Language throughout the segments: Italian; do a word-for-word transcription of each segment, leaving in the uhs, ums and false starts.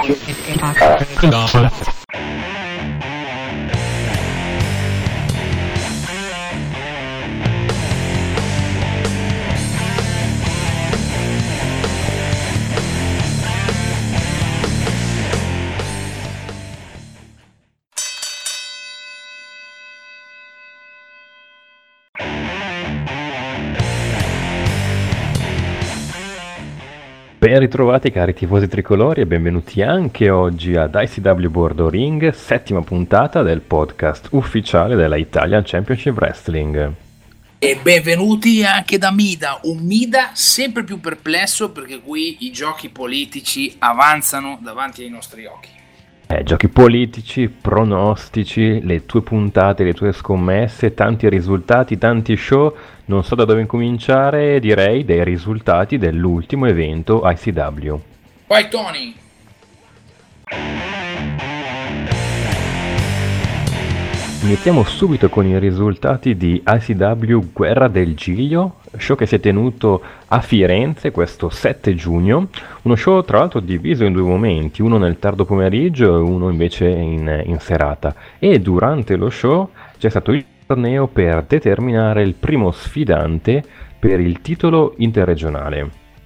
Ben ritrovati cari tifosi tricolori e benvenuti anche oggi ad I C W Bordo Ring, settima puntata del podcast ufficiale della Italian Championship Wrestling. E benvenuti anche da Mida, un Mida sempre più perplesso perché qui i giochi politici avanzano davanti ai nostri occhi. Eh, giochi politici, pronostici, le tue puntate, le tue scommesse, tanti risultati, tanti show. Non so da dove incominciare, direi dai risultati dell'ultimo evento I C W. Vai Tony! Iniziamo subito con i risultati di I C W Guerra del Giglio, show che si è tenuto a Firenze questo sette giugno, uno show tra l'altro diviso in due momenti, uno nel tardo pomeriggio e uno invece in, in serata, e durante lo show c'è stato il torneo per determinare il primo sfidante per il titolo interregionale.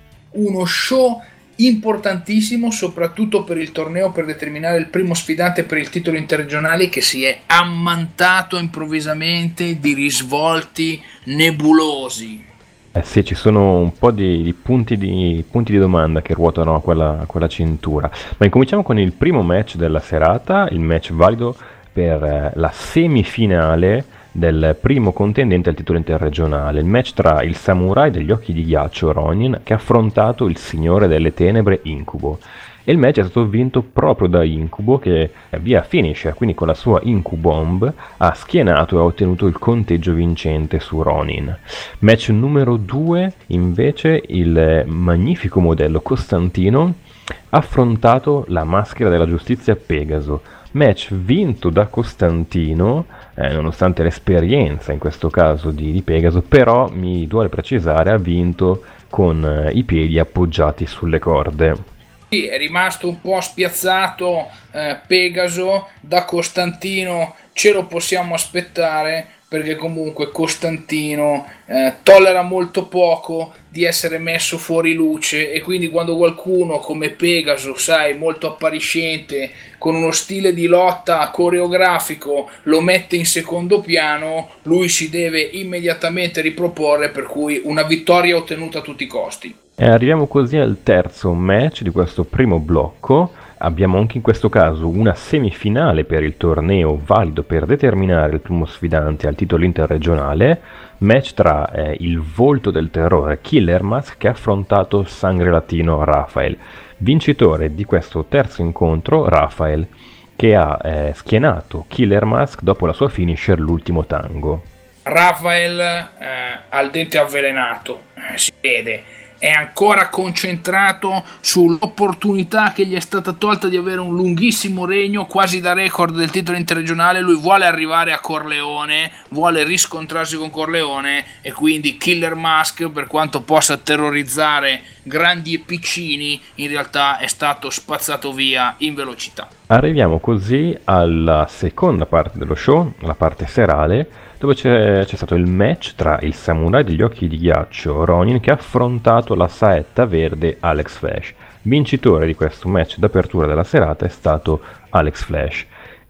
Uno show importantissimo soprattutto per il torneo per determinare il primo sfidante per il titolo interregionale, che si è ammantato improvvisamente di risvolti nebulosi. Eh sì, ci sono un po' di, di, punti, di punti di domanda che ruotano a quella, a quella cintura, ma incominciamo con il primo match della serata, il match valido per eh, la semifinale del primo contendente al titolo interregionale, il match tra il samurai degli occhi di ghiaccio Ronin che ha affrontato il signore delle tenebre Incubo, e il match è stato vinto proprio da Incubo che via finisher, quindi con la sua Incubomb ha schienato e ha ottenuto il conteggio vincente su Ronin. Match numero due invece il magnifico modello Costantino ha affrontato la maschera della giustizia Pegaso, match vinto da Costantino, eh, nonostante l'esperienza in questo caso di, di Pegaso, però mi duole precisare ha vinto con eh, i piedi appoggiati sulle corde. Sì, è rimasto un po' spiazzato eh, Pegaso, da Costantino ce lo possiamo aspettare perché comunque Costantino eh, tollera molto poco di essere messo fuori luce, e quindi quando qualcuno come Pegaso, sai, molto appariscente, con uno stile di lotta coreografico lo mette in secondo piano, lui si deve immediatamente riproporre, per cui una vittoria ottenuta a tutti i costi. E arriviamo così al terzo match di questo primo blocco. Abbiamo anche in questo caso una semifinale per il torneo valido per determinare il primo sfidante al titolo interregionale, match tra eh, il volto del terrore Killer Mask che ha affrontato Sangre Latino Rafael. Vincitore di questo terzo incontro Rafael, che ha eh, schienato Killer Mask dopo la sua finisher L'ultimo tango. Rafael eh, al dente avvelenato, eh, si vede. È ancora concentrato sull'opportunità che gli è stata tolta di avere un lunghissimo regno quasi da record del titolo interregionale. Lui vuole arrivare a Corleone, vuole riscontrarsi con Corleone, e quindi Killer Mask, per quanto possa terrorizzare grandi e piccini, in realtà è stato spazzato via in velocità. Arriviamo così alla seconda parte dello show, la parte serale, dove c'è, c'è stato il match tra il samurai degli occhi di ghiaccio Ronin che ha affrontato la saetta verde Alex Flash. Vincitore di questo match d'apertura della serata è stato Alex Flash,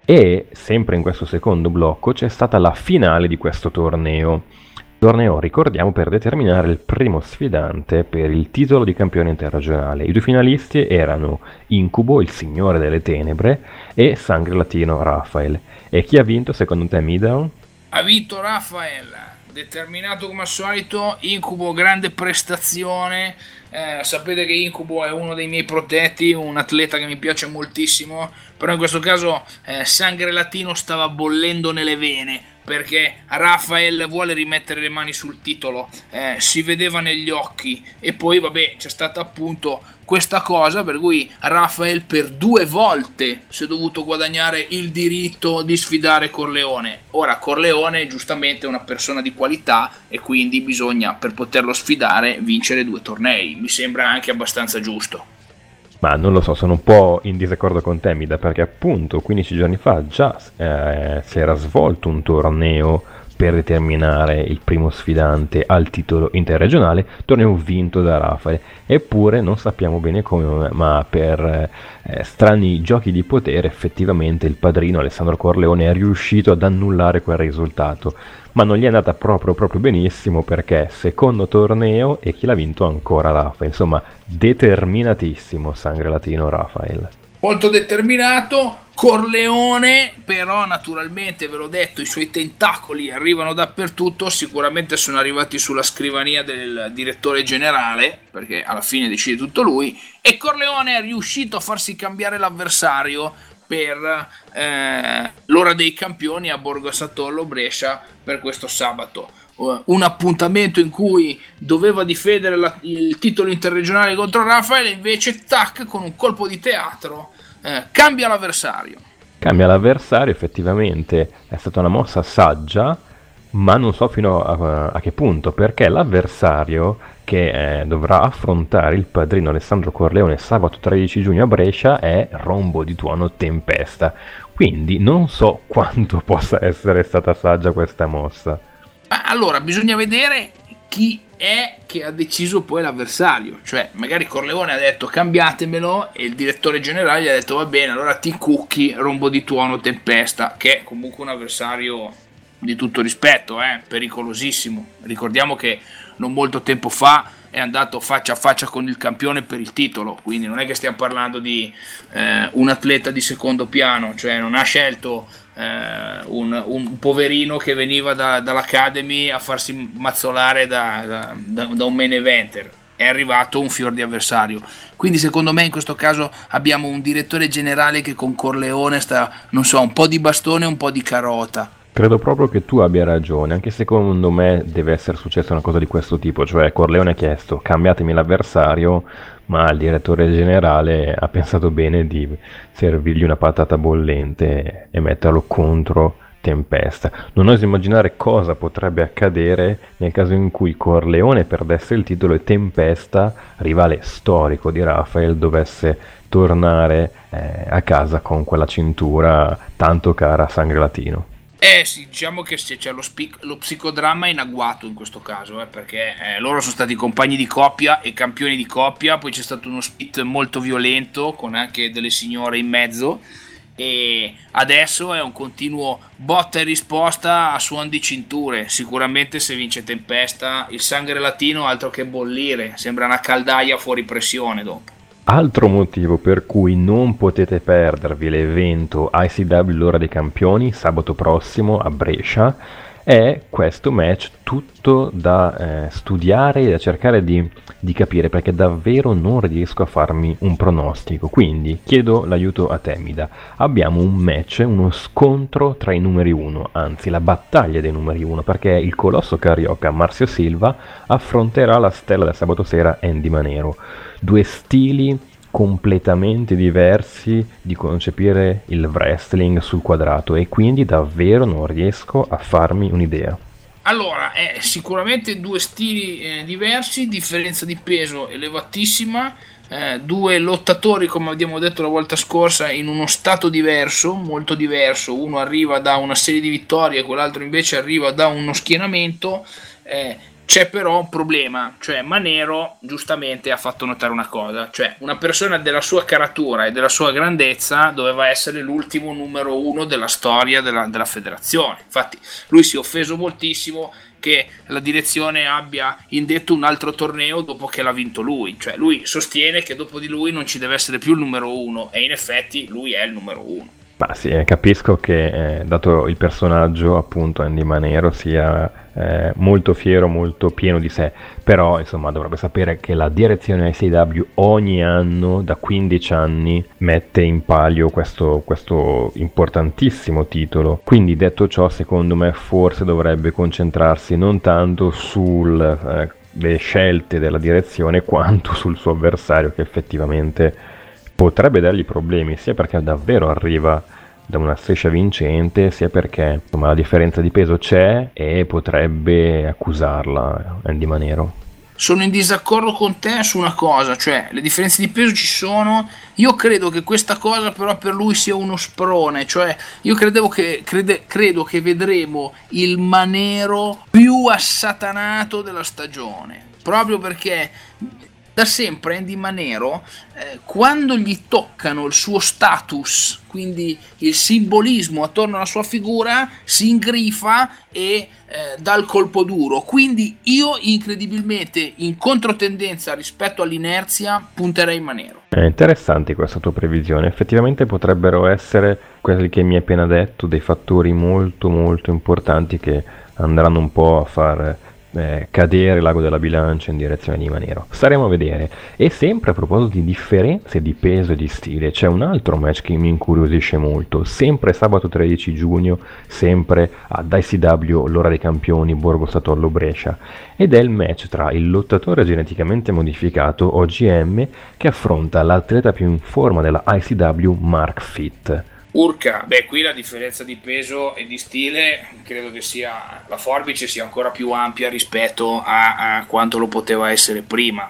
e sempre in questo secondo blocco c'è stata la finale di questo torneo. Torneo, ricordiamo, per determinare il primo sfidante per il titolo di campione interregionale. I due finalisti erano Incubo, il signore delle tenebre, e Sangre Latino Rafael. E chi ha vinto secondo te, Midown? Ha vinto Rafael, determinato come al solito. Incubo, grande prestazione. Eh, sapete che Incubo è uno dei miei protetti, un atleta che mi piace moltissimo, però in questo caso eh, Sangre Latino stava bollendo nelle vene, perché Rafael vuole rimettere le mani sul titolo, eh, si vedeva negli occhi, e poi vabbè c'è stata appunto questa cosa per cui Rafael per due volte si è dovuto guadagnare il diritto di sfidare Corleone. Ora Corleone giustamente è una persona di qualità e quindi bisogna, per poterlo sfidare, vincere due tornei. Mi sembra anche abbastanza giusto. Ma non lo so, sono un po' in disaccordo con te, Mida, perché appunto quindici giorni fa già eh, si era svolto un torneo per determinare il primo sfidante al titolo interregionale, torneo vinto da Rafael. Eppure non sappiamo bene come, ma per eh, strani giochi di potere effettivamente il padrino Alessandro Corleone è riuscito ad annullare quel risultato. Ma non gli è andata proprio proprio benissimo, perché secondo torneo e chi l'ha vinto ancora Rafael. Insomma, determinatissimo Sangre Latino Rafael. Molto determinato. Corleone però naturalmente, ve l'ho detto, i suoi tentacoli arrivano dappertutto, sicuramente sono arrivati sulla scrivania del direttore generale, perché alla fine decide tutto lui, e Corleone è riuscito a farsi cambiare l'avversario per eh, l'ora dei campioni a Borgo Sant'Ollo Brescia per questo sabato. Uh, un appuntamento in cui doveva difendere la, il titolo interregionale contro Rafael, e invece tac, con un colpo di teatro eh, cambia l'avversario. Cambia l'avversario, effettivamente è stata una mossa saggia, ma non so fino a, a che punto, perché l'avversario che eh, dovrà affrontare il padrino Alessandro Corleone sabato tredici giugno a Brescia è Rombo di Tuono Tempesta, quindi non so quanto possa essere stata saggia questa mossa. Ma allora bisogna vedere chi è che ha deciso poi l'avversario, cioè magari Corleone ha detto cambiatemelo e il direttore generale gli ha detto va bene, allora ti cucchi Rombo di Tuono Tempesta, che è comunque un avversario di tutto rispetto, eh, pericolosissimo. Ricordiamo che non molto tempo fa è andato faccia a faccia con il campione per il titolo, quindi non è che stiamo parlando di eh, un atleta di secondo piano, cioè non ha scelto eh, un, un poverino che veniva da, dall'Academy a farsi mazzolare da, da, da un main eventer, è arrivato un fior di avversario. Quindi secondo me in questo caso abbiamo un direttore generale che con Corleone sta, non so, un po' di bastone e un po' di carota. Credo proprio che tu abbia ragione, anche secondo me deve essere successa una cosa di questo tipo, cioè Corleone ha chiesto cambiatemi l'avversario, ma il direttore generale ha pensato bene di servirgli una patata bollente e metterlo contro Tempesta. Non oso immaginare cosa potrebbe accadere nel caso in cui Corleone perdesse il titolo e Tempesta, rivale storico di Rafael, dovesse tornare eh, a casa con quella cintura tanto cara a Sangre Latino. Eh sì, diciamo che c'è lo, spic- lo psicodramma in agguato in questo caso, eh, perché eh, loro sono stati compagni di coppia e campioni di coppia, poi c'è stato uno split molto violento con anche delle signore in mezzo, e adesso è un continuo botta e risposta a suon di cinture. Sicuramente se vince Tempesta il Sangre Latino altro che bollire, sembra una caldaia fuori pressione dopo. Altro motivo per cui non potete perdervi l'evento I C W l'ora dei campioni sabato prossimo a Brescia è questo match tutto da eh, studiare e da cercare di, di capire, perché davvero non riesco a farmi un pronostico, quindi chiedo l'aiuto a te, Mida. Abbiamo un match, uno scontro tra i numeri uno, anzi la battaglia dei numeri uno, perché il colosso carioca Marcio Silva affronterà la stella del sabato sera Andy Manero. Due stili completamente diversi di concepire il wrestling sul quadrato, e quindi davvero non riesco a farmi un'idea. Allora, è sicuramente due stili eh, diversi, differenza di peso elevatissima, eh, due lottatori, come abbiamo detto la volta scorsa, in uno stato diverso, molto diverso. Uno arriva da una serie di vittorie, quell'altro invece arriva da uno schienamento. eh, C'è però un problema, cioè Manero giustamente ha fatto notare una cosa, cioè una persona della sua caratura e della sua grandezza doveva essere l'ultimo numero uno della storia della, della federazione. Infatti lui si è offeso moltissimo che la direzione abbia indetto un altro torneo dopo che l'ha vinto lui, cioè lui sostiene che dopo di lui non ci deve essere più il numero uno, e in effetti lui è il numero uno. Ma sì, eh, capisco che eh, dato il personaggio appunto Andy Manero sia eh, molto fiero, molto pieno di sé, però insomma dovrebbe sapere che la direzione I C W ogni anno da quindici anni mette in palio questo, questo importantissimo titolo, quindi detto ciò secondo me forse dovrebbe concentrarsi non tanto sulle eh, scelte della direzione quanto sul suo avversario, che effettivamente potrebbe dargli problemi, sia perché davvero arriva da una striscia vincente, sia perché insomma la differenza di peso c'è e potrebbe accusarla Andy Manero. sono in disaccordo con te su una cosa, cioè le differenze di peso ci sono. Io credo che questa cosa però per lui sia uno sprone, cioè io credevo che, crede, credo che vedremo il Manero più assatanato della stagione, proprio perché da sempre Andy Manero, eh, quando gli toccano il suo status, quindi il simbolismo attorno alla sua figura, si ingrifa e eh, dà il colpo duro. Quindi io incredibilmente, in controtendenza rispetto all'inerzia, punterei Manero. È interessante questa tua previsione, effettivamente potrebbero essere quelli che mi hai appena detto, dei fattori molto molto importanti che andranno un po' a far Eh, cadere l'ago della bilancia in direzione di Manero. Staremo a vedere. E sempre a proposito di differenze di peso e di stile, c'è un altro match che mi incuriosisce molto, sempre sabato tredici giugno, sempre ad I C W, l'ora dei campioni, Borgo Satollo Brescia, ed è il match tra il lottatore geneticamente modificato O G M che affronta l'atleta più in forma della I C W, Mark Fit. Urca, beh, qui la differenza di peso e di stile credo che sia, la forbice sia ancora più ampia rispetto a, a quanto lo poteva essere prima.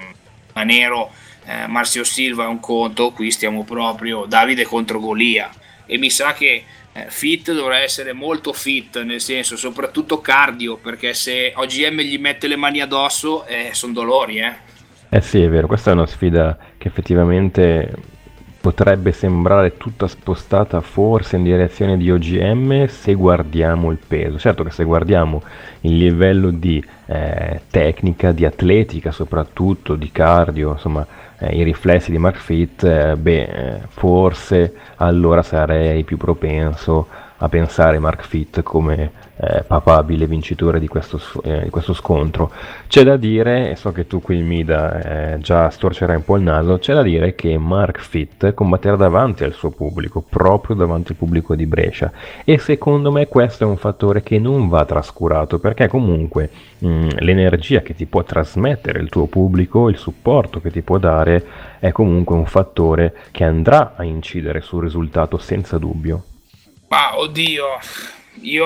Manero, eh, Marcio Silva è un conto, qui stiamo proprio Davide contro Golia, e mi sa che eh, Fit dovrà essere molto fit, nel senso soprattutto cardio, perché se O G M gli mette le mani addosso eh, sono dolori, eh. Eh sì, è vero, questa è una sfida che effettivamente potrebbe sembrare tutta spostata forse in direzione di O G M se guardiamo il peso. Certo che se guardiamo il livello di eh, tecnica, di atletica soprattutto, di cardio, insomma eh, i riflessi di Mark Fit, eh, beh, eh, forse allora sarei più propenso a pensare Mark Fit come eh, papabile vincitore di questo, eh, di questo scontro. C'è da dire, e so che tu qui Mida eh, già storcerai un po' il naso, c'è da dire che Mark Fit combatterà davanti al suo pubblico, proprio davanti al pubblico di Brescia, e secondo me questo è un fattore che non va trascurato, perché comunque mh, l'energia che ti può trasmettere il tuo pubblico, il supporto che ti può dare, è comunque un fattore che andrà a incidere sul risultato senza dubbio. Ma oddio, io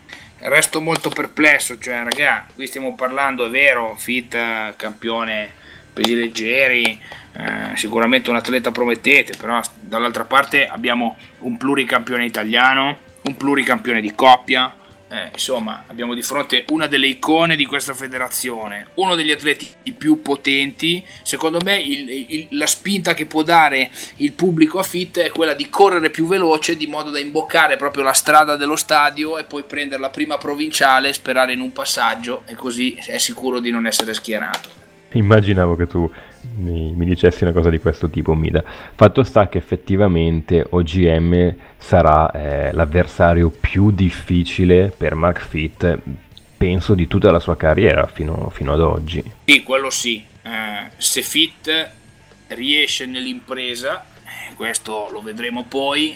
resto molto perplesso, cioè raga, qui stiamo parlando, è vero, Fit, campione pesi leggeri, eh, sicuramente un atleta promettente, però dall'altra parte abbiamo un pluricampione italiano, un pluricampione di coppia, eh, insomma abbiamo di fronte una delle icone di questa federazione, uno degli atleti più potenti. Secondo me il, il, la spinta che può dare il pubblico a Fit è quella di correre più veloce, di modo da imboccare proprio la strada dello stadio e poi prendere la prima provinciale, sperare in un passaggio, e così è sicuro di non essere schierato. Immaginavo che tu mi, mi dicessi una cosa di questo tipo, Mida. Fatto sta che effettivamente O G M sarà eh, l'avversario più difficile per Mark Fit, penso, di tutta la sua carriera fino, fino ad oggi. Sì, quello sì. Eh, se Fit riesce nell'impresa, eh, questo lo vedremo poi,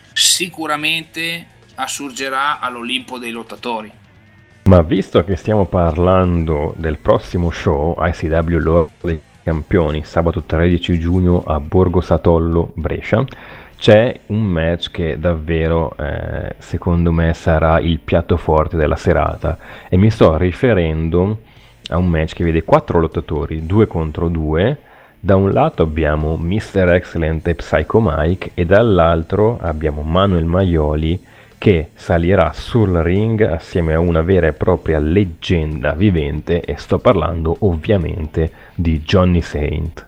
sicuramente assurgerà all'Olimpo dei lottatori. Ma visto che stiamo parlando del prossimo show, I C W l'ora dei campioni, sabato tredici giugno a Borgo Satollo, Brescia, c'è un match che davvero eh, secondo me sarà il piatto forte della serata, e mi sto riferendo a un match che vede quattro lottatori, due contro due. Da un lato abbiamo mister Excellent e Psycho Mike, e dall'altro abbiamo Manuel Maioli, che salirà sul ring assieme a una vera e propria leggenda vivente, e sto parlando ovviamente di Johnny Saint.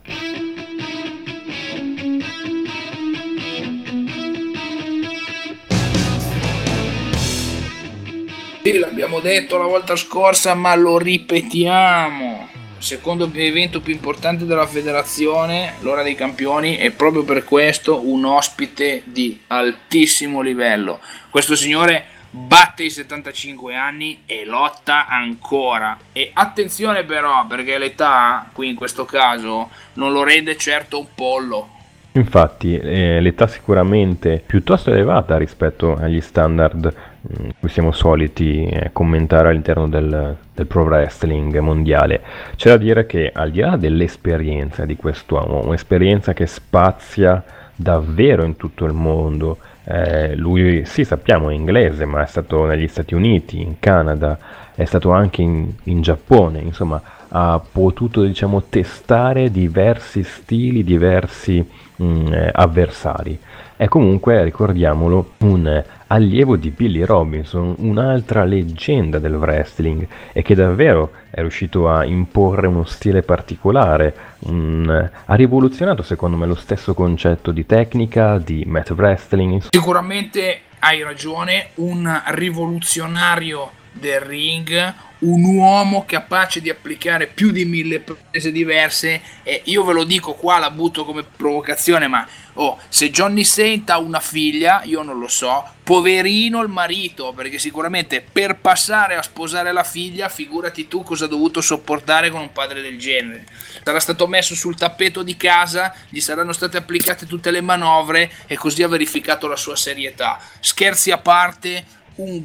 Sì, l'abbiamo detto la volta scorsa, ma lo ripetiamo. Secondo evento più importante della federazione, l'ora dei campioni, e proprio per questo un ospite di altissimo livello. Questo signore batte i settantacinque anni e lotta ancora, e attenzione però, perché l'età qui in questo caso non lo rende certo un pollo. Infatti eh, l'età sicuramente piuttosto elevata rispetto agli standard mh, cui siamo soliti eh, commentare all'interno del, del pro wrestling mondiale. C'è da dire che al di là dell'esperienza di quest'uomo, un'esperienza che spazia davvero in tutto il mondo, eh, lui sì, sappiamo è inglese, ma è stato negli Stati Uniti, in Canada, è stato anche in, in Giappone, insomma ha potuto, diciamo, testare diversi stili, diversi mh, eh, avversari. È comunque, ricordiamolo, un allievo di Billy Robinson, un'altra leggenda del wrestling, e che davvero è riuscito a imporre uno stile particolare, un, ha rivoluzionato secondo me lo stesso concetto di tecnica, di mat wrestling. Sicuramente hai ragione, un rivoluzionario del ring, un uomo capace di applicare più di mille prese diverse, e io ve lo dico qua, la butto come provocazione, ma oh, se Johnny Saint ha una figlia, io non lo so, poverino il marito, perché sicuramente per passare a sposare la figlia, figurati tu cosa ha dovuto sopportare con un padre del genere. Sarà stato messo sul tappeto di casa, gli saranno state applicate tutte le manovre e così ha verificato la sua serietà. Scherzi a parte, un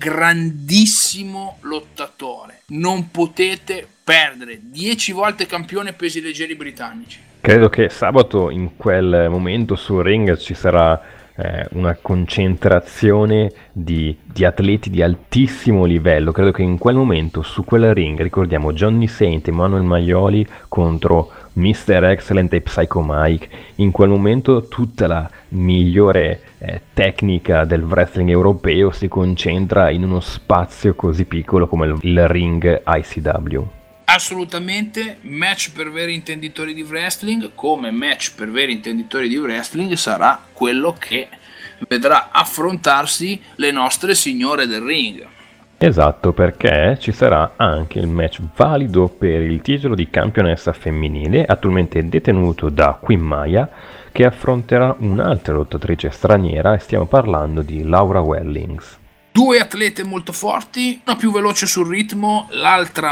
grandissimo lottatore, non potete perdere, dieci volte campione pesi leggeri britannici. Credo che sabato in quel momento sul ring ci sarà eh, una concentrazione di, di atleti di altissimo livello. Credo che in quel momento su quel ring, ricordiamo Johnny Saint e Manuel Maioli contro mister Excellent e Psycho Mike, in quel momento tutta la migliore eh, tecnica del wrestling europeo si concentra in uno spazio così piccolo come il, il ring I C W. Assolutamente, match per veri intenditori di wrestling, come match per veri intenditori di wrestling sarà quello che vedrà affrontarsi le nostre signore del ring. Esatto, perché ci sarà anche il match valido per il titolo di campionessa femminile, attualmente detenuto da Queen Maya, che affronterà un'altra lottatrice straniera, e stiamo parlando di Laura Wellings. Due atlete molto forti, una più veloce sul ritmo, l'altra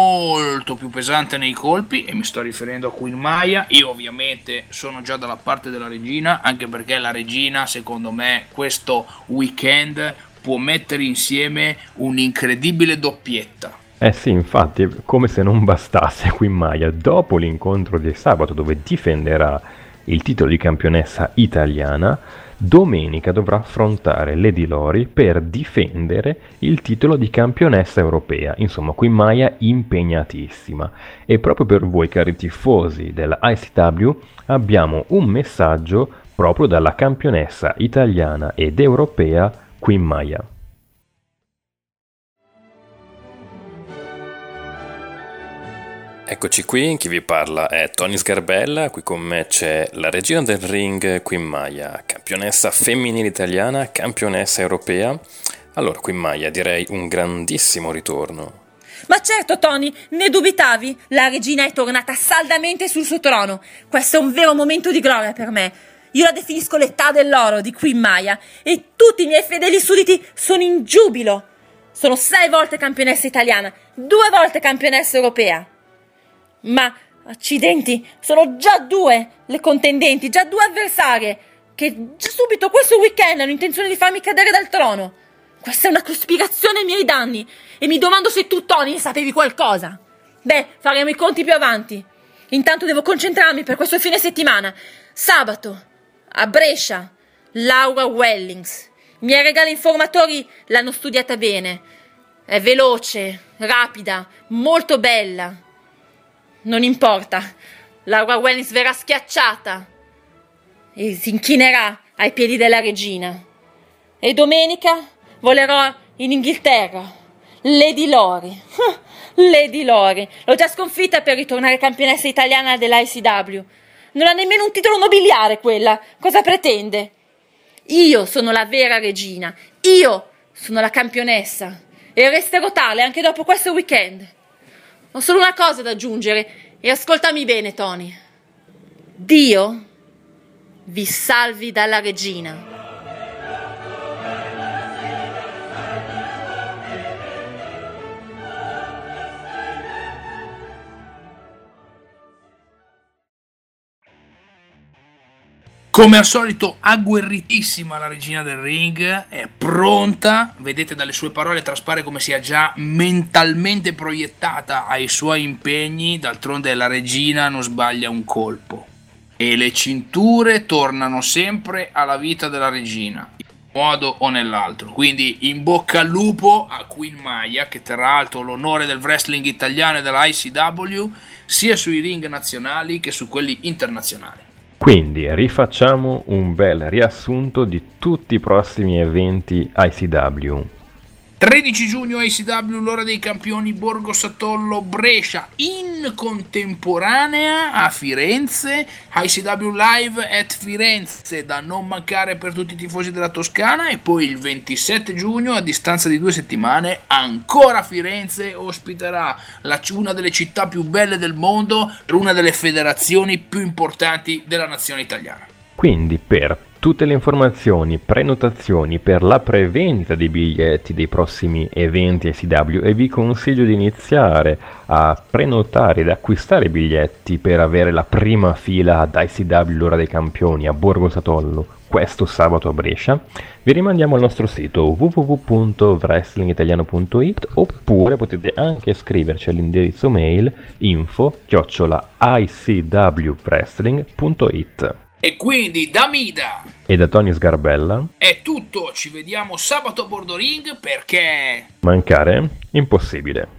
molto più pesante nei colpi, e mi sto riferendo a Queen Maya. Io ovviamente sono già dalla parte della regina, anche perché la regina, secondo me, questo weekend può mettere insieme un'incredibile doppietta. Eh sì, infatti, come se non bastasse, Queen Maya, dopo l'incontro di sabato dove difenderà il titolo di campionessa italiana, domenica dovrà affrontare Lady Lori per difendere il titolo di campionessa europea. Insomma, Queen Maya impegnatissima. E proprio per voi, cari tifosi della I C W, abbiamo un messaggio proprio dalla campionessa italiana ed europea Queen Maya. Eccoci qui, chi vi parla è Tony Sgarbella, qui con me c'è la regina del ring Queen Maya, campionessa femminile italiana, campionessa europea. Allora Queen Maya, direi un grandissimo ritorno. Ma certo Tony, ne dubitavi? La regina è tornata saldamente sul suo trono. Questo è un vero momento di gloria per me. Io la definisco l'età dell'oro di Queen Maya e tutti i miei fedeli sudditi sono in giubilo. Sono sei volte campionessa italiana, due volte campionessa europea. Ma, accidenti, sono già due le contendenti, già due avversarie, che già subito questo weekend hanno intenzione di farmi cadere dal trono. Questa è una cospirazione ai miei danni, e mi domando se tu, Tony, ne sapevi qualcosa. Beh, faremo i conti più avanti. Intanto devo concentrarmi per questo fine settimana. Sabato, a Brescia, Laura Wellings. I miei regali informatori l'hanno studiata bene. È veloce, rapida, molto bella. Non importa, Laura Wellings verrà schiacciata e si inchinerà ai piedi della regina. E domenica volerò in Inghilterra. Lady Lori. Lady Lori. L'ho già sconfitta per ritornare campionessa italiana dell'I C W. Non ha nemmeno un titolo nobiliare quella. Cosa pretende? Io sono la vera regina. Io sono la campionessa. E resterò tale anche dopo questo weekend. Ho solo una cosa da aggiungere, e ascoltami bene, Tony. Dio vi salvi dalla regina. Come al solito agguerritissima la regina del ring, è pronta, vedete dalle sue parole traspare come sia già mentalmente proiettata ai suoi impegni, d'altronde la regina non sbaglia un colpo. E le cinture tornano sempre alla vita della regina. modo o nell'altro. Quindi in bocca al lupo a Queen Maia, che terrà alto l'onore del wrestling italiano e della I C W sia sui ring nazionali che su quelli internazionali. Quindi rifacciamo un bel riassunto di tutti i prossimi eventi I C W. tredici giugno I C W, l'ora dei campioni, Borgo Satollo, Brescia, in contemporanea a Firenze, I C W Live at Firenze, da non mancare per tutti i tifosi della Toscana, e poi il ventisette giugno, a distanza di due settimane, ancora Firenze ospiterà la, una delle città più belle del mondo per una delle federazioni più importanti della nazione italiana. Quindi per tutte le informazioni, prenotazioni per la prevendita dei biglietti dei prossimi eventi I C W, e vi consiglio di iniziare a prenotare ed acquistare i biglietti per avere la prima fila ad I C W l'ora dei campioni a Borgo Satollo questo sabato a Brescia, vi rimandiamo al nostro sito w w w punto wrestling italiano punto it, oppure potete anche scriverci all'indirizzo mail info chiocciola i c w wrestling punto it. E quindi da Mida e da Tony Sgarbella è tutto, ci vediamo sabato a Bordo Ring, perché mancare impossibile.